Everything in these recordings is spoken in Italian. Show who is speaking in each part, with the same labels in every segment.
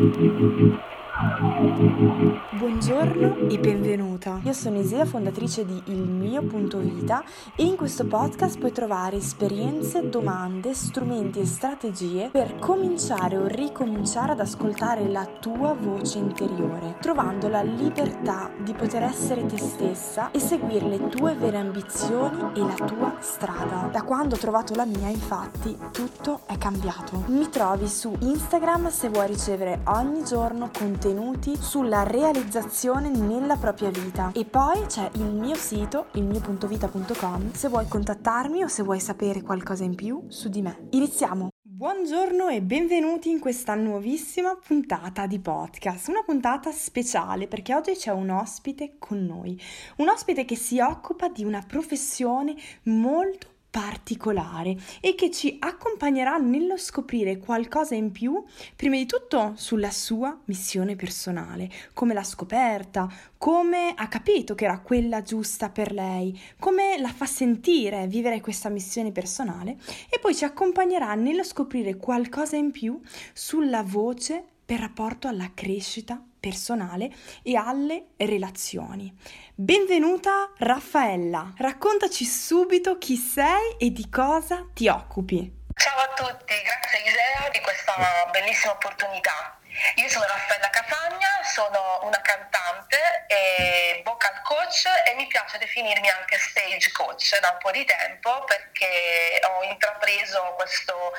Speaker 1: Buongiorno e benvenuta. Io sono Isia, fondatrice di Il Mio Punto Vita, e in questo podcast puoi trovare esperienze, domande, strumenti e strategie per cominciare o ricominciare ad ascoltare la tua voce interiore, trovando la libertà di poter essere te stessa e seguire le tue vere ambizioni e la tua strada. Da quando ho trovato la mia, infatti, tutto è cambiato. Mi trovi su Instagram se vuoi ricevere ogni giorno contenuti sulla realizzazione nella propria vita, e poi c'è il mio sito, ilmio.vita.com, se vuoi contattarmi o se vuoi sapere qualcosa in più su di me. Iniziamo! Buongiorno e benvenuti in questa nuovissima puntata di podcast, una puntata speciale perché oggi c'è un ospite con noi, un ospite che si occupa di una professione molto particolare e che ci accompagnerà nello scoprire qualcosa in più, prima di tutto sulla sua missione personale, come l'ha scoperta, come ha capito che era quella giusta per lei, come la fa sentire vivere questa missione personale, e poi ci accompagnerà nello scoprire qualcosa in più sulla voce per rapporto alla crescita personale e alle relazioni. Benvenuta Raffaella, raccontaci subito chi sei e di cosa ti occupi.
Speaker 2: Ciao a tutti, grazie Isea di questa bellissima opportunità. Io sono Raffaella Cafagna, sono una cantante e vocal coach, e mi piace definirmi anche stage coach da un po' di tempo, perché ho intrapreso questo,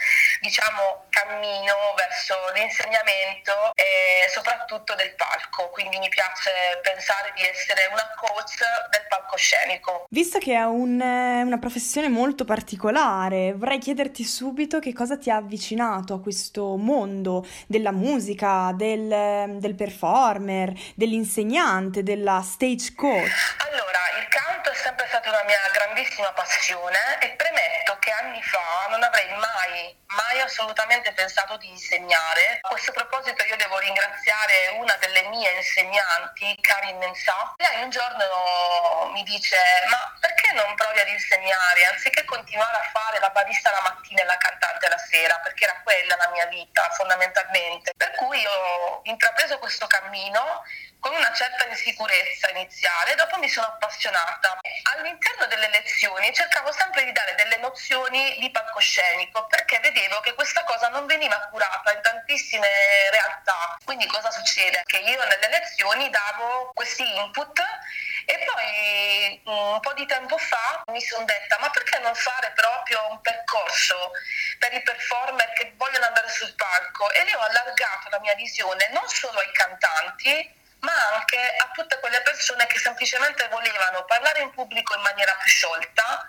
Speaker 2: cammino verso l'insegnamento e soprattutto del palco, quindi mi piace pensare di essere una coach del palcoscenico.
Speaker 1: Visto che è una professione molto particolare, vorrei chiederti subito che cosa ti ha avvicinato a questo mondo della musica, del performer, dell'insegnante, della stage coach.
Speaker 2: Allora, il canto è sempre stata una mia grandissima passione, e premetto che anni fa non avrei mai assolutamente pensato di insegnare. A questo proposito io devo ringraziare una delle mie insegnanti, Karin Mensah. Lei un giorno mi dice: ma perché non provi ad insegnare, anziché continuare a fare la barista la mattina e la cantante la sera, perché era quella la mia vita fondamentalmente. Per cui ho intrapreso questo cammino con una certa insicurezza iniziale, dopo mi sono appassionata. All'interno delle lezioni cercavo sempre di dare delle nozioni di palcoscenico, perché vedevo che questa cosa non veniva curata in tantissime realtà. Quindi cosa succede? Che io nelle lezioni davo questi input, e poi un po' di tempo fa mi sono detta: ma perché non fare proprio un percorso per i performer che vogliono andare sul palco? E lì ho allargato la mia visione non solo ai cantanti, ma anche a tutte quelle persone che semplicemente volevano parlare in pubblico in maniera più sciolta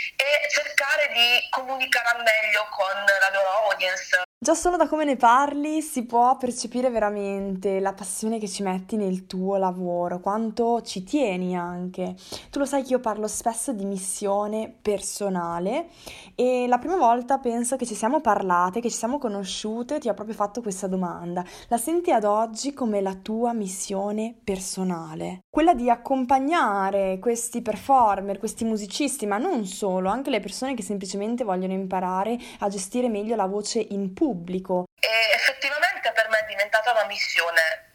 Speaker 2: e cercare di comunicare al meglio con la loro audience.
Speaker 1: Già solo da come ne parli si può percepire veramente la passione che ci metti nel tuo lavoro, quanto ci tieni anche. Tu lo sai che io parlo spesso di missione personale, e la prima volta penso che ci siamo parlate, che ci siamo conosciute, ti ho proprio fatto questa domanda. La senti ad oggi come la tua missione personale? Quella di accompagnare questi performer, questi musicisti, ma non solo, anche le persone che semplicemente vogliono imparare a gestire meglio la voce in pubblico.
Speaker 2: E effettivamente per me è diventata una missione.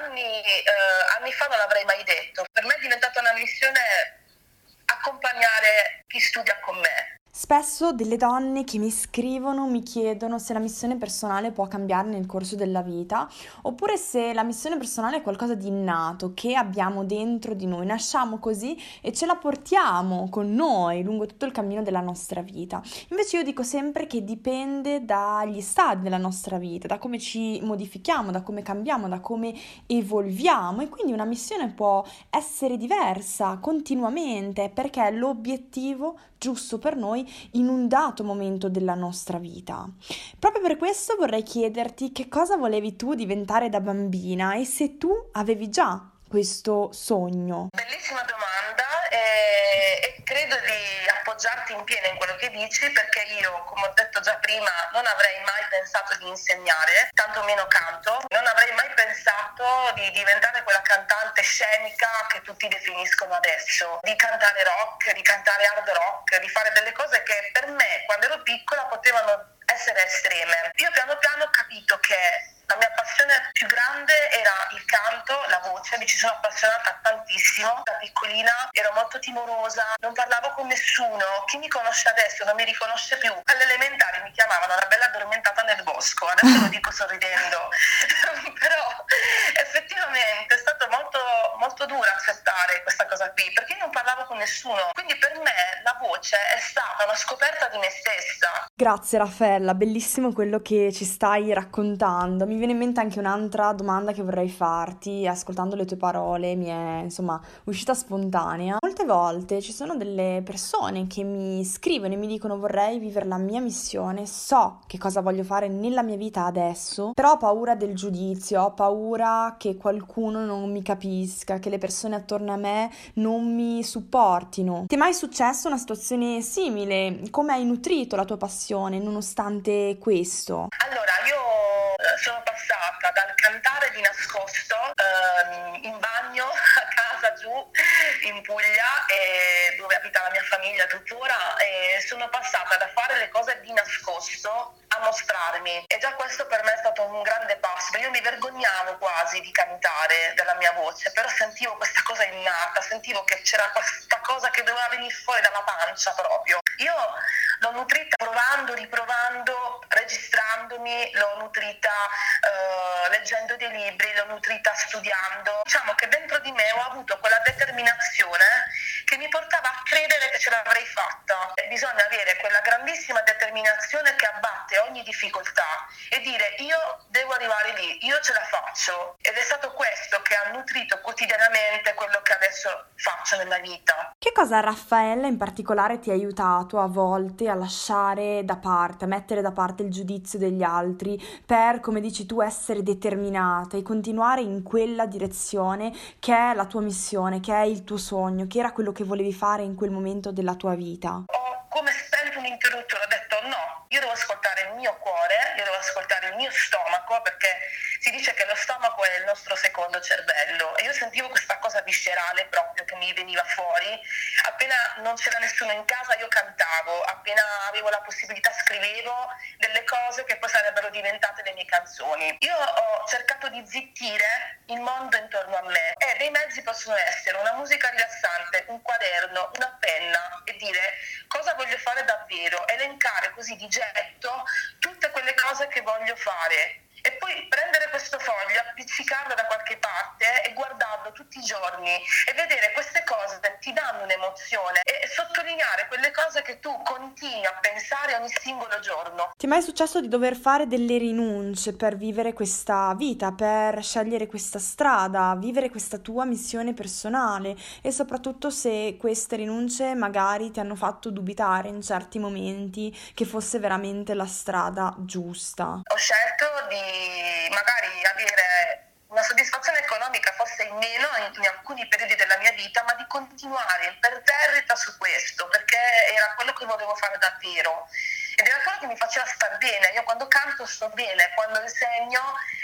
Speaker 2: Anni fa non l'avrei mai detto. Per me è diventata una missione accompagnare chi studia con me.
Speaker 1: Spesso delle donne che mi scrivono mi chiedono se la missione personale può cambiare nel corso della vita, oppure se la missione personale è qualcosa di innato che abbiamo dentro di noi, nasciamo così e ce la portiamo con noi lungo tutto il cammino della nostra vita. Invece io dico sempre che dipende dagli stadi della nostra vita, da come ci modifichiamo, da come cambiamo, da come evolviamo, e quindi una missione può essere diversa continuamente, perché è l'obiettivo giusto per noi in un dato momento della nostra vita. Proprio per questo vorrei chiederti che cosa volevi tu diventare da bambina e se tu avevi già questo sogno.
Speaker 2: Bellissima domanda, e credo di appoggiarti in pieno in quello che dici, perché io, come ho detto già prima, non avrei mai pensato di insegnare, tantomeno canto. Non avrei mai pensato di diventare quella cantante scenica che tutti definiscono adesso, di cantare rock, di cantare hard rock, di fare delle cose che per me, quando ero piccola, potevano essere estreme. Io piano piano ho capito che la mia passione più grande la voce, mi ci sono appassionata tantissimo. Da piccolina ero molto timorosa, non parlavo con nessuno. Chi mi conosce adesso non mi riconosce più. Alle elementari mi chiamavano la bella addormentata nel bosco, adesso lo dico sorridendo. Però effettivamente è stato molto, molto duro accettare questa cosa qui, perché io non parlavo con nessuno. Quindi per me la voce è stata una scoperta di me stessa.
Speaker 1: Grazie Raffaella, bellissimo quello che ci stai raccontando. Mi viene in mente anche un'altra domanda che vorrei farti, ascoltando le tue parole, mi è insomma uscita spontanea. Molte volte ci sono delle persone che mi scrivono e mi dicono vorrei vivere la mia missione, so che cosa voglio fare nella mia vita adesso, però ho paura del giudizio, ho paura che qualcuno non mi capisca, che le persone attorno a me non mi supportino. Ti è mai successa una situazione simile? Come hai nutrito la tua passione nonostante questo?
Speaker 2: Allora, io sono passata dal cantare di nascosto in bagno a casa giù in Puglia, dove abita la mia famiglia tuttora, e sono passata da fare le cose di nascosto a mostrarmi, e già questo per me è stato un grande passo. Io mi vergognavo quasi di cantare della mia voce, però sentivo questa cosa innata, sentivo che c'era questa cosa che doveva venire fuori dalla pancia proprio. Io l'ho nutrita provando, riprovando, registrandomi, l'ho nutrita leggendo dei libri, l'ho nutrita studiando. Diciamo che dentro di me ho avuto quella determinazione che mi portava a credere che ce l'avrei fatta. Bisogna avere quella grandissima determinazione che abbatte ogni difficoltà e dire io devo arrivare lì, io ce la faccio. Ed è stato questo che ha nutrito quotidianamente quello che adesso faccio nella vita.
Speaker 1: Che cosa Raffaella in particolare ti ha aiutato a volte a lasciare da parte, a mettere da parte il giudizio degli altri per, come dici tu, essere determinata e continuare in quella direzione che è la tua missione, che è il tuo sogno, che era quello che volevi fare in quel momento della tua vita?
Speaker 2: Ho come spento un interruttore, ho detto no, io devo ascoltare il mio cuore, io devo ascoltare il mio stomaco, perché si dice che lo stomaco è il nostro secondo cervello, e io sentivo questa cosa viscerale proprio che mi veniva fuori. Appena non c'era nessuno in casa io cantavo, appena avevo la possibilità scrivevo delle cose che poi sarebbero diventate le mie canzoni. Io ho cercato di zittire il mondo intorno a me, e dei mezzi possono essere una musica rilassante, un quaderno, una penna, e dire cosa voglio fare davvero, elencare così di getto tutte quelle cose che voglio fare. E poi prendere questo foglio, appiccicarlo da qualche parte e guardarlo tutti i giorni e vedere queste cose che ti danno un'emozione e sottolineare quelle cose che tu continui a pensare ogni singolo giorno.
Speaker 1: Ti è mai successo di dover fare delle rinunce per vivere questa vita, per scegliere questa strada, vivere questa tua missione personale, e soprattutto se queste rinunce magari ti hanno fatto dubitare in certi momenti che fosse veramente la strada giusta?
Speaker 2: Ho scelto di magari avere una soddisfazione economica forse in meno in alcuni periodi della mia vita, ma di continuare imperterrita su questo, perché era quello che volevo fare davvero. Ed era quello che mi faceva star bene. Io quando canto sto bene, quando insegno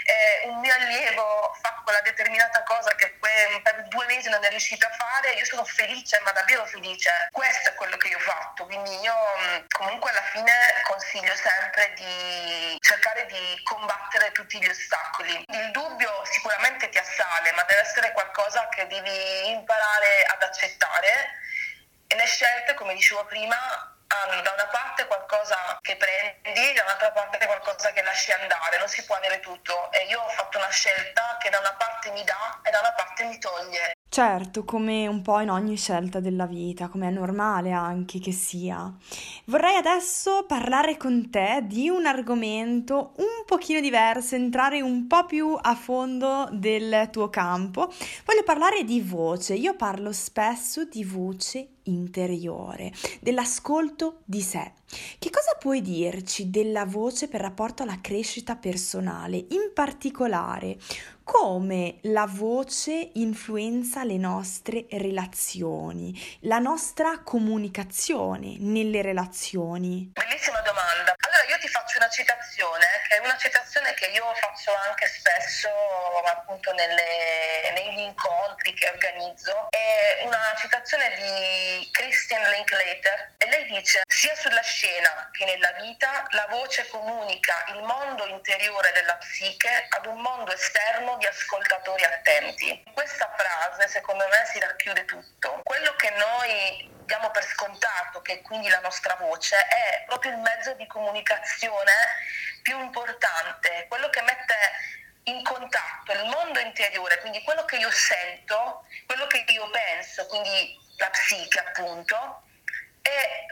Speaker 2: un mio allievo fa quella determinata cosa che per 2 mesi non è riuscito a fare, io sono felice, ma davvero felice. Questo è quello che io ho fatto, quindi io comunque alla fine consiglio sempre di cercare di combattere tutti gli ostacoli. Il dubbio sicuramente ti assale, ma deve essere qualcosa che devi imparare ad accettare, e le scelte, come dicevo prima, hanno da una parte qualcosa che prendi, da un'altra parte qualcosa che lasci andare, non si può avere tutto, e io ho fatto una scelta che da una parte mi dà e da una parte mi toglie.
Speaker 1: Certo, come un po' in ogni scelta della vita, come è normale anche che sia. Vorrei adesso parlare con te di un argomento un pochino diverso, entrare un po' più a fondo del tuo campo. Voglio parlare di voce. Io parlo spesso di voce interiore, dell'ascolto di sé. Che cosa puoi dirci della voce per rapporto alla crescita personale? In particolare, come la voce influenza le nostre relazioni, la nostra comunicazione nelle relazioni?
Speaker 2: Bellissima domanda. Allora io ti faccio una citazione, che è una citazione che io faccio anche spesso appunto negli incontri che organizzo. È una citazione di Christine Linklater e lei dice: sia sulla scena che nella vita la voce comunica il mondo interiore della psiche ad un mondo esterno di ascoltatori attenti. Questa frase secondo me si racchiude tutto. Quello che noi diamo per scontato, che quindi la nostra voce, è proprio il mezzo di comunicazione più importante, quello che mette in contatto il mondo interiore, quindi quello che io sento, quello che io penso, quindi la psiche appunto, e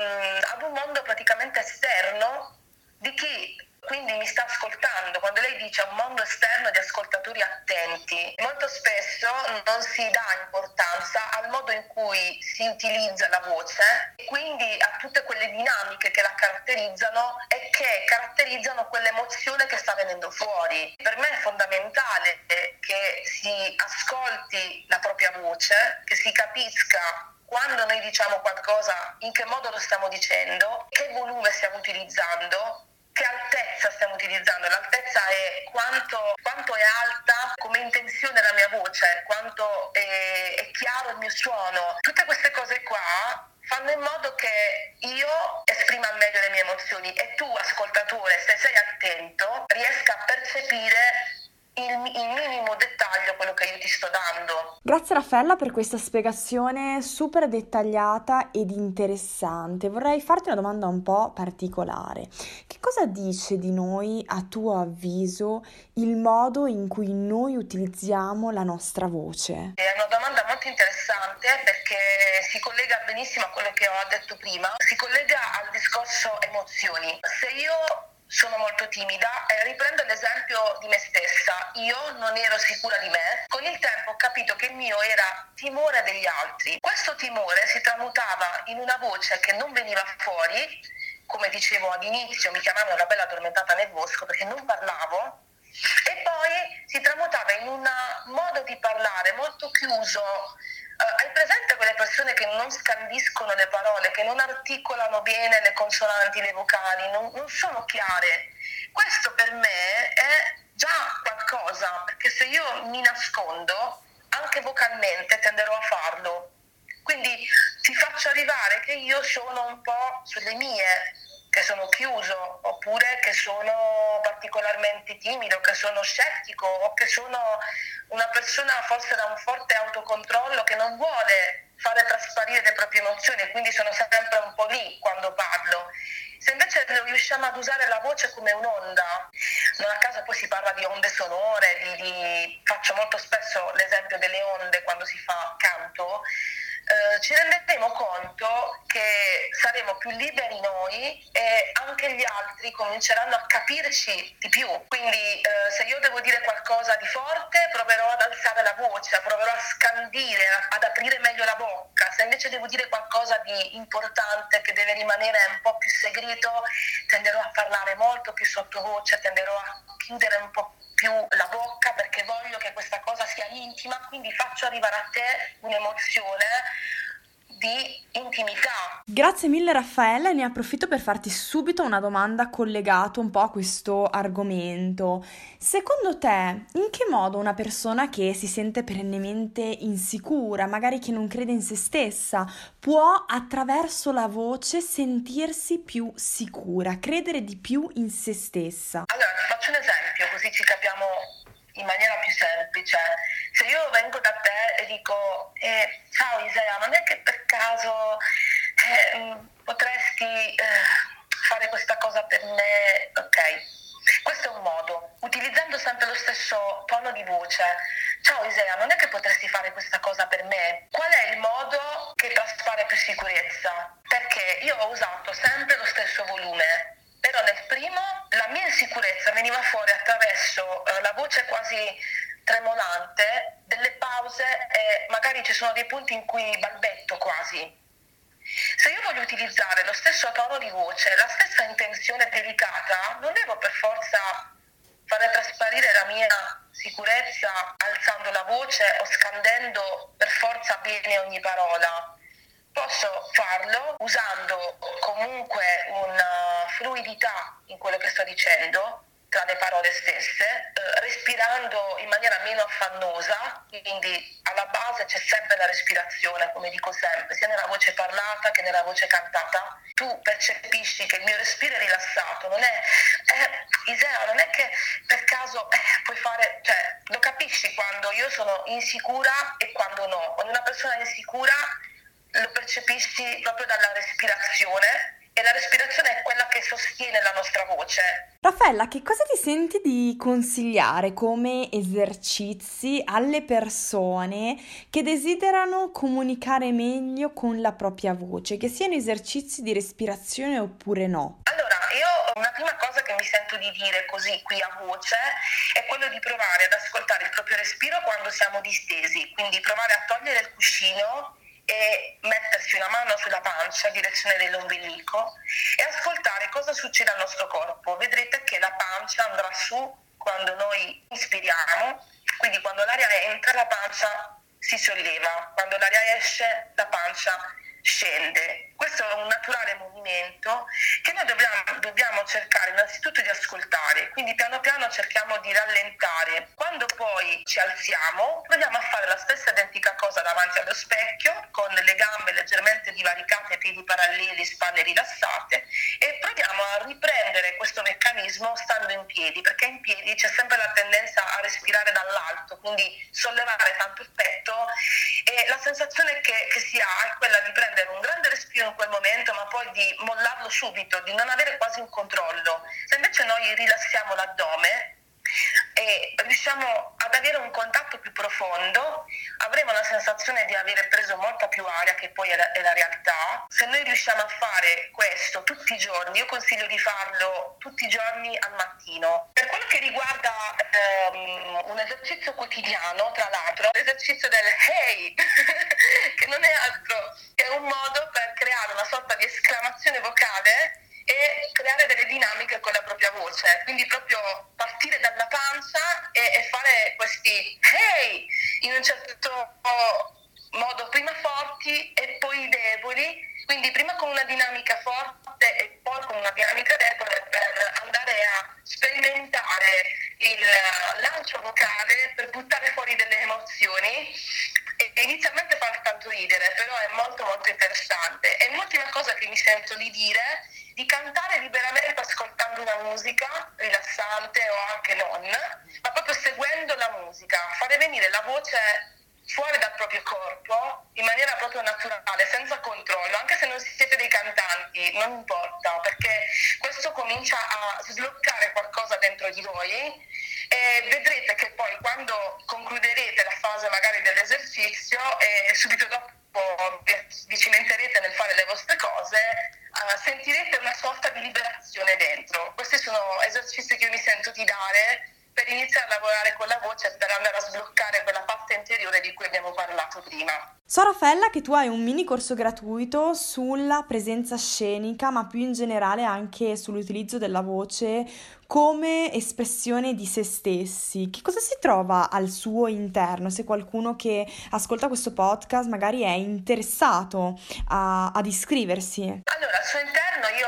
Speaker 2: ad un mondo praticamente esterno di chi quindi mi sta ascoltando. Quando lei dice un mondo esterno di ascoltatori attenti, molto spesso non si dà importanza al modo in cui si utilizza la voce e quindi a tutte quelle dinamiche che la caratterizzano e che caratterizzano quell'emozione che sta venendo fuori. Per me è fondamentale che si ascolti la propria voce, che si capisca quando noi diciamo qualcosa, in che modo lo stiamo dicendo, che volume stiamo utilizzando, che altezza stiamo utilizzando. L'altezza è quanto è alta come intenzione la mia voce, quanto è chiaro il mio suono. Tutte queste cose qua fanno in modo che io esprima al meglio le mie emozioni e tu, ascoltatore, se sei attento, riesca a percepire il minimo dettaglio quello che io ti sto dando.
Speaker 1: Grazie Raffaella per questa spiegazione super dettagliata ed interessante. Vorrei farti una domanda un po' particolare. Che cosa dice di noi, a tuo avviso, il modo in cui noi utilizziamo la nostra voce?
Speaker 2: È una domanda molto interessante perché si collega benissimo a quello che ho detto prima, si collega al discorso emozioni. Se io sono molto timida e riprendo l'esempio di me stessa, io non ero sicura di me, con il tempo ho capito che il mio era timore degli altri. Questo timore si tramutava in una voce che non veniva fuori, come dicevo all'inizio, mi chiamavano la bella addormentata nel bosco perché non parlavo, e poi si tramutava in un modo di parlare molto chiuso. Hai presente quelle persone che non scandiscono le parole, che non articolano bene le consonanti, le vocali, non sono chiare? Questo per me è già qualcosa, perché se io mi nascondo, anche vocalmente tenderò a farlo. Quindi ti faccio arrivare che io sono un po' sulle mie, che sono chiuso, oppure che sono particolarmente timido, che sono scettico, o che sono una persona forse da un forte autocontrollo che non vuole fare trasparire le proprie emozioni, quindi sono sempre un po' lì quando parlo. Se invece riusciamo ad usare la voce come un'onda, non a caso poi si parla di onde sonore, faccio molto spesso l'esempio delle onde quando si fa canto, ci renderemo conto che saremo più liberi noi e anche gli altri cominceranno a capirci di più. Quindi se io devo dire qualcosa di forte, proverò ad alzare la voce, proverò a scandire, ad aprire meglio la bocca. Se invece devo dire qualcosa di importante che deve rimanere un po' più segreto, tenderò a parlare molto più sottovoce, tenderò a chiudere un po' più la bocca perché voglio che questa cosa sia intima, quindi faccio arrivare a te un'emozione di intimità.
Speaker 1: Grazie mille Raffaella, e ne approfitto per farti subito una domanda collegata un po' a questo argomento. Secondo te, in che modo una persona che si sente perennemente insicura, magari che non crede in se stessa, può attraverso la voce sentirsi più sicura, credere di più in se stessa?
Speaker 2: Allora, ti faccio un esempio così ci capiamo in maniera più semplice. Se io vengo da te e dico ciao Isea, non è che per caso potresti fare questa cosa per me? Ok, questo è un modo, utilizzando sempre lo stesso tono di voce. Ciao Isea, non è che potresti fare questa cosa per me? Qual è il modo che traspare più sicurezza? Perché io ho usato sempre lo stesso volume, però nel primo la mia insicurezza veniva fuori attraverso la voce quasi tremolante, delle pause e magari ci sono dei punti in cui balbetto quasi. Se io voglio utilizzare lo stesso tono di voce, la stessa intenzione delicata, non devo per forza fare trasparire la mia sicurezza alzando la voce o scandendo per forza bene ogni parola. Posso farlo usando comunque una fluidità in quello che sto dicendo, tra le parole stesse, respirando in maniera meno affannosa, quindi alla base c'è sempre la respirazione, come dico sempre, sia nella voce parlata che nella voce cantata. Tu percepisci che il mio respiro è rilassato, non è Isea, non è che per caso puoi fare, cioè lo capisci quando io sono insicura e quando no. Quando una persona è insicura lo percepisci proprio dalla respirazione, e la respirazione è quella che sostiene la nostra voce.
Speaker 1: Raffaella, che cosa ti senti di consigliare come esercizi alle persone che desiderano comunicare meglio con la propria voce, che siano esercizi di respirazione oppure no?
Speaker 2: Allora, io una prima cosa che mi sento di dire così qui a voce è quello di provare ad ascoltare il proprio respiro quando siamo distesi, quindi provare a togliere il cuscino e mettersi una mano sulla pancia, direzione dell'ombelico, e ascoltare cosa succede al nostro corpo. Vedrete che la pancia andrà su quando noi inspiriamo, quindi quando l'aria entra la pancia si solleva, quando l'aria esce la pancia scende. Questo è un naturale movimento che noi dobbiamo cercare innanzitutto di ascoltare, quindi piano piano cerchiamo di rallentare. Quando poi ci alziamo, proviamo a fare la stessa identica cosa davanti allo specchio, con le gambe leggermente divaricate, piedi paralleli, spalle rilassate, e proviamo a riprendere questo meccanismo stando in piedi, perché in piedi c'è sempre la tendenza a respirare dall'alto, quindi sollevare tanto il petto, e la sensazione che si ha è quella di prendere un grande respiro in quel momento, ma poi di mollarlo subito, di non avere quasi un controllo. Se invece noi rilassiamo l'addome e riusciamo ad avere un contatto più profondo, avremo la sensazione di avere preso molta più aria, che poi è la realtà. Se noi riusciamo a fare questo tutti i giorni, io consiglio di farlo tutti i giorni al mattino. Per quello che riguarda un esercizio quotidiano, tra l'altro, l'esercizio del hey, che non è altro che un modo per creare una sorta di esclamazione vocale e creare delle dinamiche con la propria voce, quindi proprio partire dalla pancia e fare questi hey in un certo modo, prima forti e poi deboli, quindi prima con una dinamica forte e poi con una dinamica debole, per andare a sperimentare il lancio vocale, per buttare fuori delle emozioni. E inizialmente fa tanto ridere, però è molto molto interessante. E l'ultima cosa che mi sento di dire, di cantare liberamente ascoltando una musica rilassante o anche non, ma proprio seguendo la musica, fare venire la voce fuori dal proprio corpo in maniera proprio naturale, senza controllo, anche se non siete dei cantanti, non importa, perché questo comincia a sbloccare qualcosa dentro di voi, e vedrete che poi quando concluderete la fase magari dell'esercizio e subito dopo vi cimenterete nel fare le vostre cose, sentirete una sorta di liberazione dentro. Questi sono esercizi che io mi sento di dare per iniziare a lavorare con la voce, per andare a sbloccare quella parte interiore di cui abbiamo parlato prima.
Speaker 1: So, Raffaella, che tu hai un mini corso gratuito sulla presenza scenica, ma più in generale anche sull'utilizzo della voce come espressione di se stessi. Che cosa si trova al suo interno, se qualcuno che ascolta questo podcast magari è interessato ad iscriversi?
Speaker 2: Allora, al suo interno io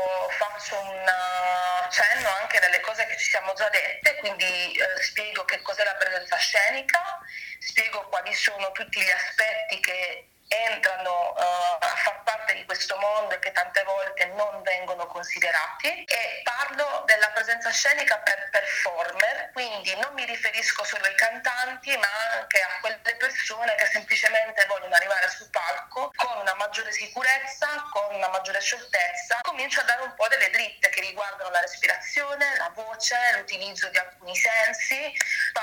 Speaker 2: faccio un accenno anche delle cose che ci siamo già dette, quindi spiego che cos'è la presenza scenica, spiego quali sono tutti gli aspetti che entrano a far parte di questo mondo e che tante volte non vengono considerati, e parlo della presenza scenica per performer, quindi non mi riferisco solo ai cantanti, ma anche a quelle persone che semplicemente vogliono arrivare sul palco con una maggiore sicurezza, con una maggiore scioltezza. Comincio a dare un po' delle dritte che riguardano la respirazione, la voce, l'utilizzo di alcuni sensi,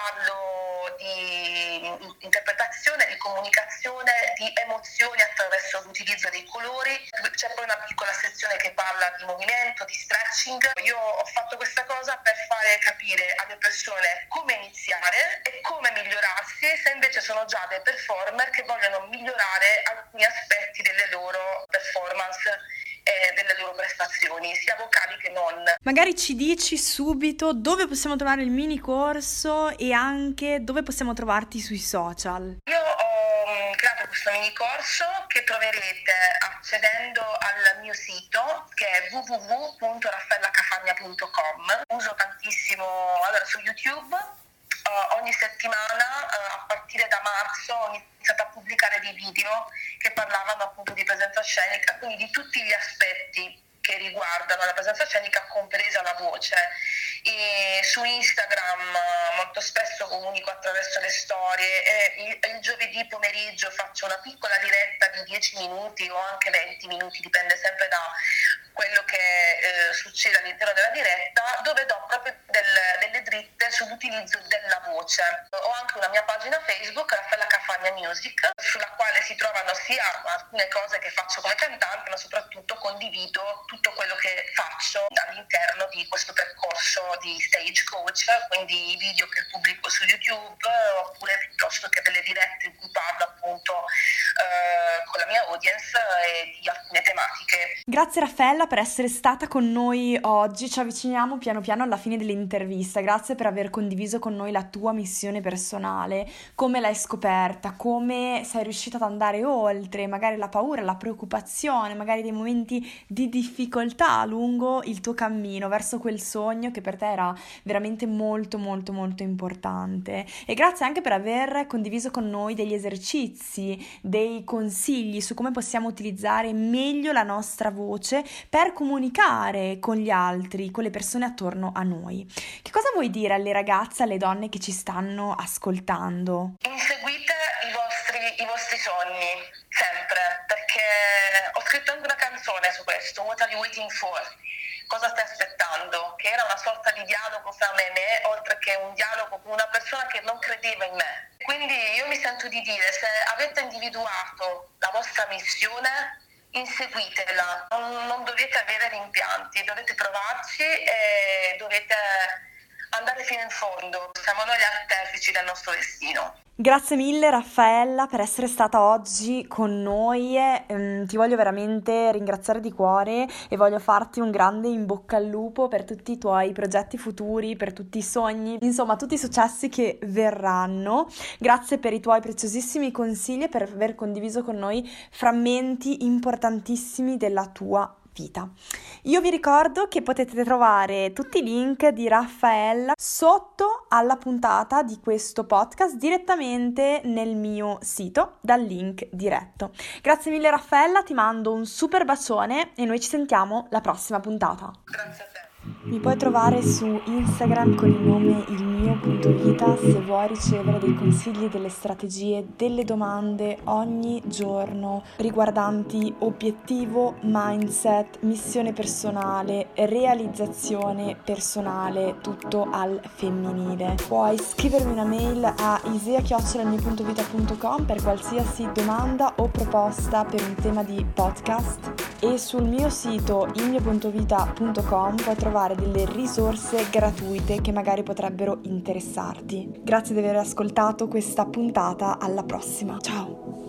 Speaker 2: parlo di interpretazione, di comunicazione, di emozioni attraverso l'utilizzo dei colori. C'è poi una piccola sezione che parla di movimento, di stretching. Io ho fatto questa cosa per fare capire alle persone come iniziare e come migliorarsi, se invece sono già dei performer che vogliono migliorare alcuni aspetti delle loro performance e delle loro prestazioni, sia vocali che non.
Speaker 1: Magari ci dici subito dove possiamo trovare il mini corso e anche dove possiamo trovarti sui social.
Speaker 2: Io ho creato questo questo mini corso che troverete accedendo al mio sito, che è www.raffaellacafagna.com. Uso tantissimo su YouTube. Ogni settimana, a partire da marzo, ho iniziato a pubblicare dei video che parlavano appunto di presenza scenica, quindi di tutti gli aspetti che riguardano la presenza scenica, compresa la voce. E su Instagram molto spesso comunico attraverso le storie e il giovedì pomeriggio faccio una piccola diretta di 10 minuti o anche 20 minuti, dipende sempre da quello che succede all'interno della diretta, dove do proprio delle dritte sull'utilizzo della voce. Ho anche una mia pagina Facebook, Raffaella Cafagna Music, sulla quale si trovano sia alcune cose che faccio come cantante, ma soprattutto condivido tutto quello che faccio all'interno di questo percorso di stage coach, quindi i video che pubblico su YouTube, oppure piuttosto che delle dirette in cui parlo appunto con la mia audience e di alcune tematiche.
Speaker 1: Grazie Raffaella per essere stata con noi oggi, ci avviciniamo piano piano alla fine dell'intervista, grazie per aver condiviso con noi la tua missione personale, come l'hai scoperta, come sei riuscita ad andare oltre, magari la paura, la preoccupazione, magari dei momenti di difficoltà lungo il tuo cammino verso quel sogno che per te era veramente molto molto molto importante. E grazie anche per aver condiviso con noi degli esercizi, dei consigli su come possiamo utilizzare meglio la nostra voce per comunicare con gli altri, con le persone attorno a noi. Che cosa vuoi dire alle ragazze, alle donne che ci stanno ascoltando?
Speaker 2: Inseguite i vostri sogni, sempre, perché ho scritto anche una canzone su questo, What Are You Waiting For? Cosa stai aspettando? Che era una sorta di dialogo fra me e me, oltre che un dialogo con una persona che non credeva in me. Quindi io mi sento di dire, se avete individuato la vostra missione, inseguitela, non dovete avere rimpianti, dovete provarci e dovete andare fino in fondo. Siamo noi gli artefici del nostro destino.
Speaker 1: Grazie mille Raffaella per essere stata oggi con noi, ti voglio veramente ringraziare di cuore e voglio farti un grande in bocca al lupo per tutti i tuoi progetti futuri, per tutti i sogni, insomma tutti i successi che verranno. Grazie per i tuoi preziosissimi consigli e per aver condiviso con noi frammenti importantissimi della tua vita. Io vi ricordo che potete trovare tutti i link di Raffaella sotto alla puntata di questo podcast direttamente nel mio sito dal link diretto. Grazie mille Raffaella, ti mando un super bacione e noi ci sentiamo la prossima puntata.
Speaker 2: Grazie a te.
Speaker 1: Mi puoi trovare su Instagram con il nome ilmio.vita se vuoi ricevere dei consigli, delle strategie, delle domande ogni giorno riguardanti obiettivo, mindset, missione personale, realizzazione personale, tutto al femminile. Puoi scrivermi una mail a isia@ilmio.vita.com per qualsiasi domanda o proposta per un tema di podcast e sul mio sito ilmio.vita.com puoi trovare delle risorse gratuite che magari potrebbero interessarti. Grazie di aver ascoltato questa puntata, alla prossima. Ciao!